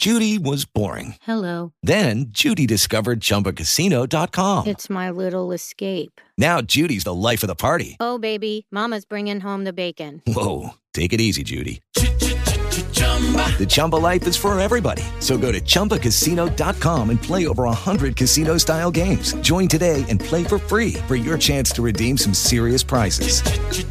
Judy was boring. Hello. Then Judy discovered ChumbaCasino.com. It's my little escape. Now Judy's the life of the party. Oh, baby, mama's bringing home the bacon. Whoa, take it easy, Judy. The Chumba life is for everybody. So go to ChumbaCasino.com and play over 100 casino-style games. Join today and play for free for your chance to redeem some serious prizes.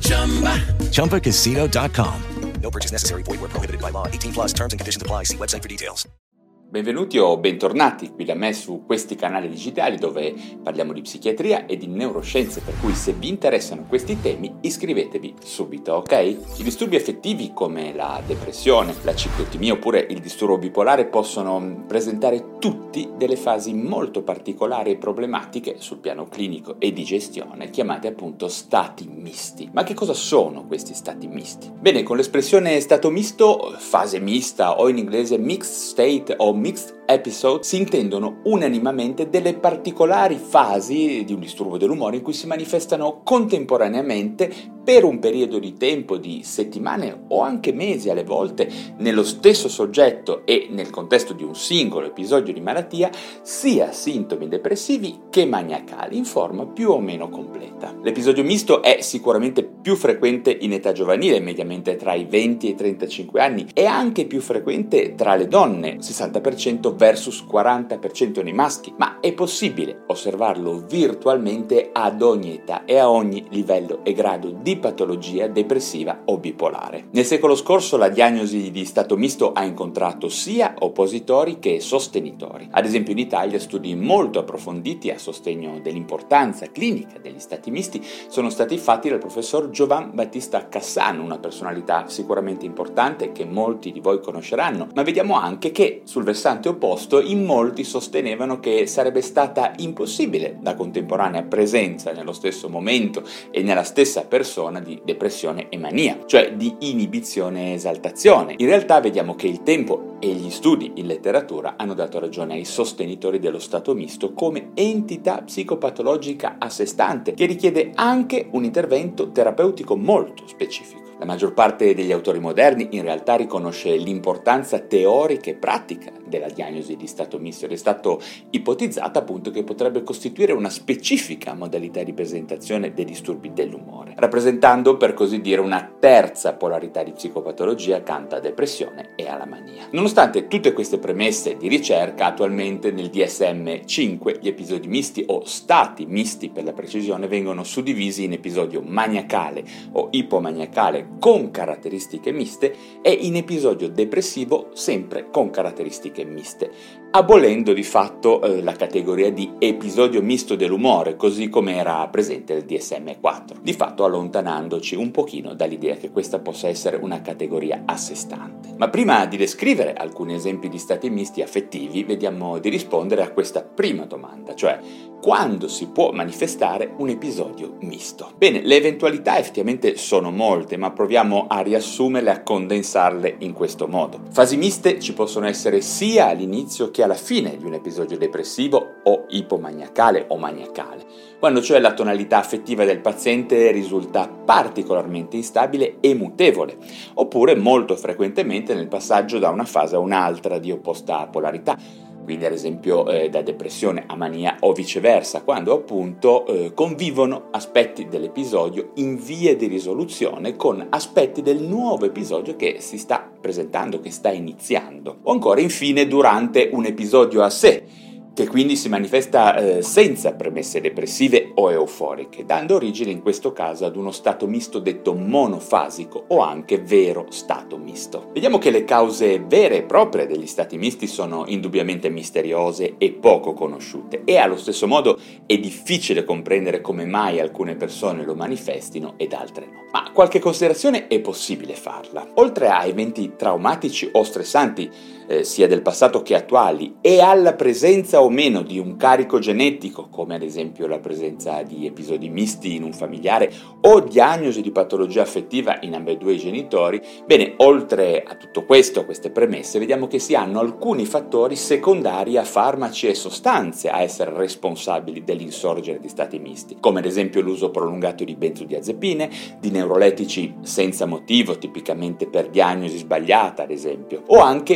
ChumbaCasino.com. No purchase necessary. Void where prohibited by law. 18+ terms and conditions apply. See website for details. Benvenuti o bentornati qui da me su questi canali digitali dove parliamo di psichiatria e di neuroscienze, per cui se vi interessano questi temi iscrivetevi subito, ok? I disturbi affettivi come la depressione, la ciclotimia oppure il disturbo bipolare possono presentare tutti delle fasi molto particolari e problematiche sul piano clinico e di gestione, chiamate appunto stati misti. Ma che cosa sono questi stati misti? Bene, con l'espressione stato misto, fase mista o in inglese mixed state o mixed episode si intendono unanimamente delle particolari fasi di un disturbo dell'umore in cui si manifestano contemporaneamente per un periodo di tempo di settimane o anche mesi alle volte nello stesso soggetto e nel contesto di un singolo episodio di malattia, sia sintomi depressivi che maniacali in forma più o meno completa. L'episodio misto è sicuramente più frequente in età giovanile, mediamente tra i 20 e i 35 anni, e anche più frequente tra le donne, 60% versus 40% nei maschi, ma è possibile osservarlo virtualmente ad ogni età e a ogni livello e grado di patologia depressiva o bipolare. Nel secolo scorso la diagnosi di stato misto ha incontrato sia oppositori che sostenitori. Ad esempio in Italia studi molto approfonditi a sostegno dell'importanza clinica degli stati misti sono stati fatti dal professor Giovan Battista Cassano, una personalità sicuramente importante che molti di voi conosceranno, ma vediamo anche che sul versante opposto in molti sostenevano che sarebbe stata impossibile la contemporanea presenza nello stesso momento e nella stessa persona di depressione e mania, cioè di inibizione e esaltazione. In realtà vediamo che il tempo e gli studi in letteratura hanno dato ragione ai sostenitori dello stato misto come entità psicopatologica a sé stante, che richiede anche un intervento terapeutico molto specifico. La maggior parte degli autori moderni in realtà riconosce l'importanza teorica e pratica della diagnosi di stato misto ed è stato ipotizzato appunto che potrebbe costituire una specifica modalità di presentazione dei disturbi dell'umore, rappresentando per così dire una terza polarità di psicopatologia accanto alla depressione e alla mania. Nonostante tutte queste premesse di ricerca, attualmente nel DSM-5 gli episodi misti o stati misti per la precisione vengono suddivisi in episodio maniacale o ipomaniacale con caratteristiche miste e in episodio depressivo sempre con caratteristiche miste, abolendo di fatto la categoria di episodio misto dell'umore così come era presente nel DSM-4, di fatto allontanandoci un pochino dall'idea che questa possa essere una categoria a sé stante. Ma prima di descrivere alcuni esempi di stati misti affettivi, vediamo di rispondere a questa prima domanda, cioè quando si può manifestare un episodio misto? Bene, le eventualità effettivamente sono molte, ma proviamo a riassumerle, a condensarle in questo modo. Fasi miste ci possono essere sia all'inizio che alla fine di un episodio depressivo o ipomaniacale o maniacale, quando cioè la tonalità affettiva del paziente risulta particolarmente instabile e mutevole, oppure molto frequentemente nel passaggio da una fase a un'altra di opposta polarità. Quindi ad esempio da depressione a mania o viceversa, quando appunto convivono aspetti dell'episodio in via di risoluzione con aspetti del nuovo episodio che si sta presentando, che sta iniziando. O ancora infine durante un episodio a sé, che quindi si manifesta senza premesse depressive o euforiche, dando origine in questo caso ad uno stato misto detto monofasico o anche vero stato misto. Vediamo che le cause vere e proprie degli stati misti sono indubbiamente misteriose e poco conosciute e allo stesso modo è difficile comprendere come mai alcune persone lo manifestino ed altre no. Ma qualche considerazione è possibile farla. Oltre a eventi traumatici o stressanti, sia del passato che attuali, e alla presenza o meno di un carico genetico, come ad esempio la presenza di episodi misti in un familiare o diagnosi di patologia affettiva in ambedue i genitori, bene, oltre a tutto questo, a queste premesse, vediamo che si hanno alcuni fattori secondari a farmaci e sostanze a essere responsabili dell'insorgere di stati misti, come ad esempio l'uso prolungato di benzodiazepine, di neurolettici senza motivo, tipicamente per diagnosi sbagliata ad esempio, o anche utilizzo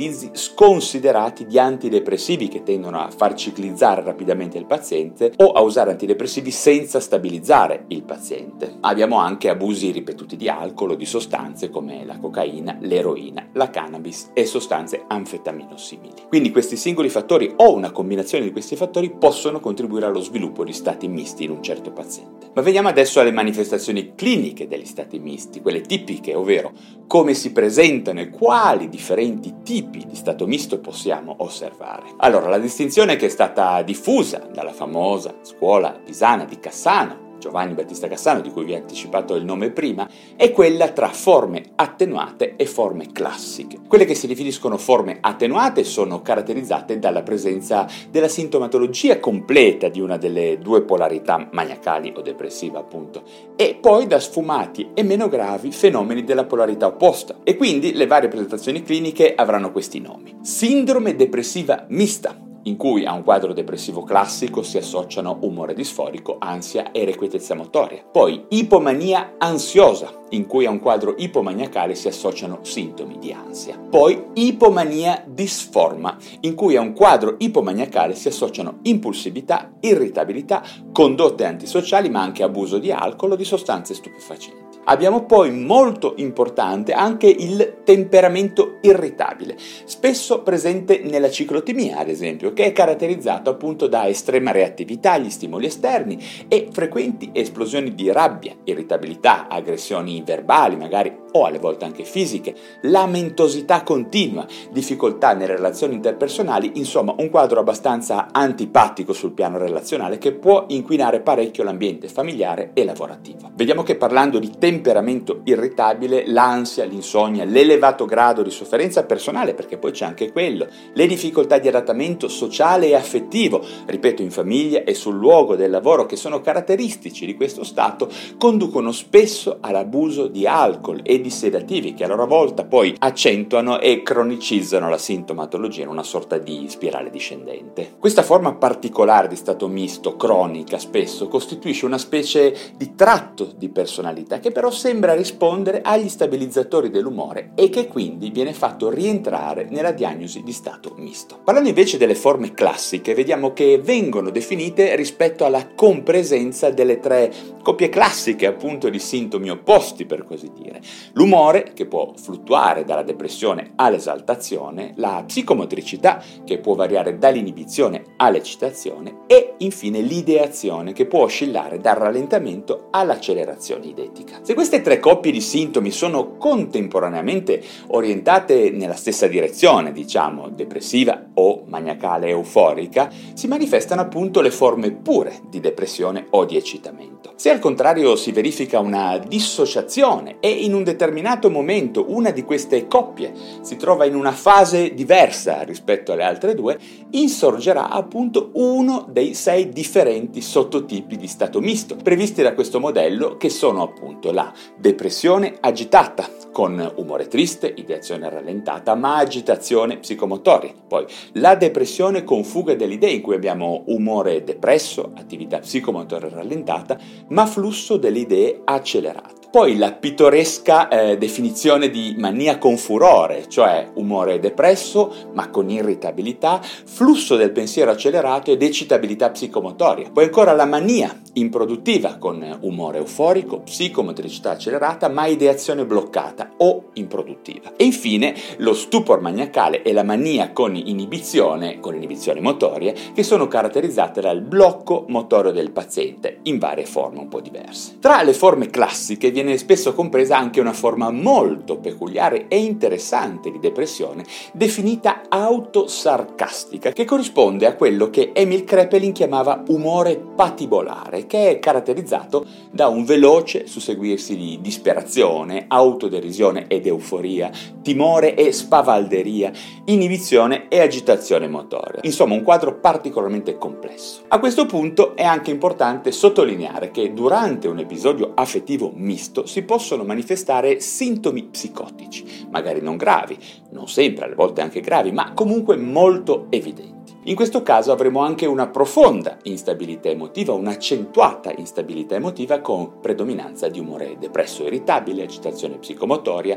utilizzi sconsiderati di antidepressivi che tendono a far ciclizzare rapidamente il paziente o a usare antidepressivi senza stabilizzare il paziente. Abbiamo anche abusi ripetuti di alcol o di sostanze come la cocaina, l'eroina, la cannabis e sostanze anfetaminosimili. Quindi questi singoli fattori o una combinazione di questi fattori possono contribuire allo sviluppo di stati misti in un certo paziente. Ma veniamo adesso alle manifestazioni cliniche degli stati misti, quelle tipiche, ovvero come si presentano e quali differenti tipi di stato misto possiamo osservare. Allora, la distinzione che è stata diffusa dalla famosa scuola pisana di Cassano, Giovanni Battista Cassano, di cui vi ho anticipato il nome prima, è quella tra forme attenuate e forme classiche. Quelle che si definiscono forme attenuate sono caratterizzate dalla presenza della sintomatologia completa di una delle due polarità maniacali o depressiva, appunto, e poi da sfumati e meno gravi fenomeni della polarità opposta. E quindi le varie presentazioni cliniche avranno questi nomi. Sindrome depressiva mista, in cui a un quadro depressivo classico si associano umore disforico, ansia e irrequietezza motoria. Poi ipomania ansiosa, in cui a un quadro ipomaniacale si associano sintomi di ansia. Poi ipomania disforma, in cui a un quadro ipomaniacale si associano impulsività, irritabilità, condotte antisociali, ma anche abuso di alcol o di sostanze stupefacenti. Abbiamo poi, molto importante, anche il temperamento irritabile, spesso presente nella ciclotimia, ad esempio, che è caratterizzato appunto da estrema reattività agli stimoli esterni e frequenti esplosioni di rabbia, irritabilità, aggressioni verbali magari o alle volte anche fisiche, lamentosità continua, difficoltà nelle relazioni interpersonali, insomma un quadro abbastanza antipatico sul piano relazionale che può inquinare parecchio l'ambiente familiare e lavorativo. Vediamo che parlando di temperamento irritabile, l'ansia, l'insonnia, l'elevato grado di sofferenza personale, perché poi c'è anche quello, le difficoltà di adattamento sociale e affettivo, ripeto, in famiglia e sul luogo del lavoro, che sono caratteristici di questo stato, conducono spesso all'abuso di alcol e di sedativi che a loro volta poi accentuano e cronicizzano la sintomatologia in una sorta di spirale discendente. Questa forma particolare di stato misto, cronica spesso, costituisce una specie di tratto di personalità che però sembra rispondere agli stabilizzatori dell'umore e che quindi viene fatto rientrare nella diagnosi di stato misto. Parlando invece delle forme classiche, vediamo che vengono definite rispetto alla compresenza delle tre coppie classiche appunto di sintomi opposti, per così dire. L'umore, che può fluttuare dalla depressione all'esaltazione, la psicomotricità, che può variare dall'inibizione all'eccitazione, e infine l'ideazione, che può oscillare dal rallentamento all'accelerazione idetica. Se queste tre coppie di sintomi sono contemporaneamente orientate nella stessa direzione, diciamo depressiva o maniacale euforica, si manifestano appunto le forme pure di depressione o di eccitamento. Se al contrario si verifica una dissociazione e in un determinato momento una di queste coppie si trova in una fase diversa rispetto alle altre due, insorgerà appunto uno dei 6 differenti sottotipi di stato misto previsti da questo modello, che sono appunto la depressione agitata, con umore triste, ideazione rallentata, ma agitazione psicomotoria. Poi la depressione con fuga delle idee, in cui abbiamo umore depresso, attività psicomotoria rallentata, ma flusso delle idee accelerato. Poi la pittoresca definizione di mania con furore, cioè umore depresso ma con irritabilità, flusso del pensiero accelerato ed eccitabilità psicomotoria. Poi ancora la mania improduttiva, con umore euforico, psicomotricità accelerata ma ideazione bloccata o improduttiva. E infine lo stupor maniacale e la mania con inibizione motoria, che sono caratterizzate dal blocco motorio del paziente in varie forme un po' diverse. Tra le forme classiche viene spesso compresa anche una forma molto peculiare e interessante di depressione, definita autosarcastica, che corrisponde a quello che Emil Kraepelin chiamava umore patibolare, che è caratterizzato da un veloce susseguirsi di disperazione, autoderisione ed euforia, timore e spavalderia, inibizione e agitazione motoria. Insomma, un quadro particolarmente complesso. A questo punto è anche importante sottolineare che durante un episodio affettivo misto si possono manifestare sintomi psicotici, magari non gravi, non sempre, alle volte anche gravi, ma comunque molto evidenti. In questo caso avremo anche una profonda instabilità emotiva, un'accentuata instabilità emotiva con predominanza di umore depresso irritabile, agitazione psicomotoria,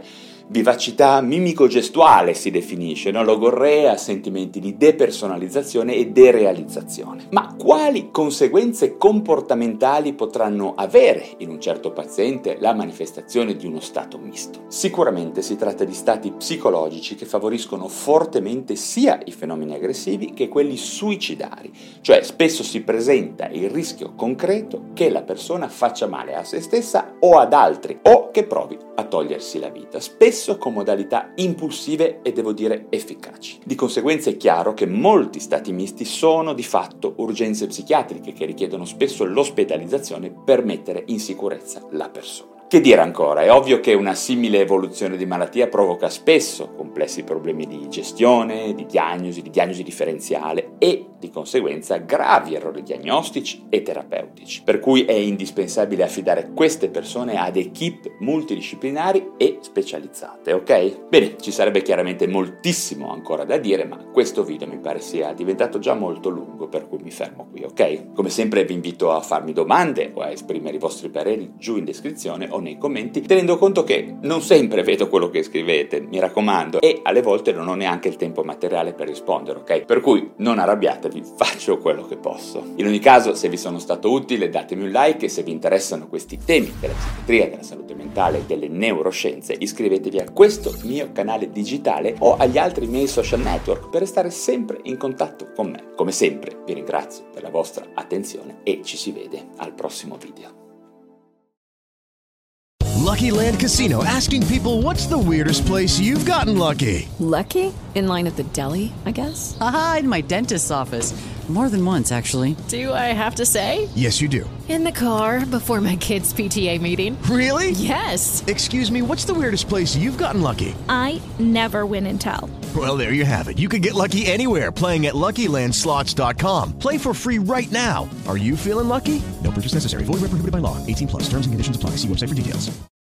vivacità mimico-gestuale si definisce, no? Logorrea, sentimenti di depersonalizzazione e derealizzazione. Ma quali conseguenze comportamentali potranno avere in un certo paziente la manifestazione di uno stato misto? Sicuramente si tratta di stati psicologici che favoriscono fortemente sia i fenomeni aggressivi che quelli suicidari, cioè spesso si presenta il rischio concreto che la persona faccia male a se stessa o ad altri o che provi a togliersi la vita, spesso con modalità impulsive e devo dire efficaci. Di conseguenza è chiaro che molti stati misti sono di fatto urgenze psichiatriche che richiedono spesso l'ospedalizzazione per mettere in sicurezza la persona. Che dire ancora? È ovvio che una simile evoluzione di malattia provoca spesso complessi problemi di gestione, di diagnosi differenziale e di conseguenza gravi errori diagnostici e terapeutici, per cui è indispensabile affidare queste persone ad equip multidisciplinari e specializzate, ok? Bene, ci sarebbe chiaramente moltissimo ancora da dire, ma questo video mi pare sia diventato già molto lungo, per cui mi fermo qui, ok? Come sempre vi invito a farmi domande o a esprimere i vostri pareri giù in descrizione o nei commenti, tenendo conto che non sempre vedo quello che scrivete, mi raccomando, e alle volte non ho neanche il tempo materiale per rispondere, ok? Per cui non arrabbiatevi, faccio quello che posso. In ogni caso, se vi sono stato utile, datemi un like e se vi interessano questi temi della psichiatria, della salute mentale e delle neuroscienze, iscrivetevi a questo mio canale digitale o agli altri miei social network per restare sempre in contatto con me. Come sempre, vi ringrazio per la vostra attenzione e ci si vede al prossimo video. Lucky Land Casino, asking people, what's the weirdest place you've gotten lucky? Lucky? In line at the deli, I guess? Aha, in my dentist's office. More than once, actually. Do I have to say? Yes, you do. In the car before my kids' PTA meeting. Really? Yes. Excuse me, what's the weirdest place you've gotten lucky? I never win and tell. Well, there you have it. You can get lucky anywhere, playing at LuckyLandSlots.com. Play for free right now. Are you feeling lucky? No purchase necessary. Void where prohibited by law. 18+. Terms and conditions apply. See website for details.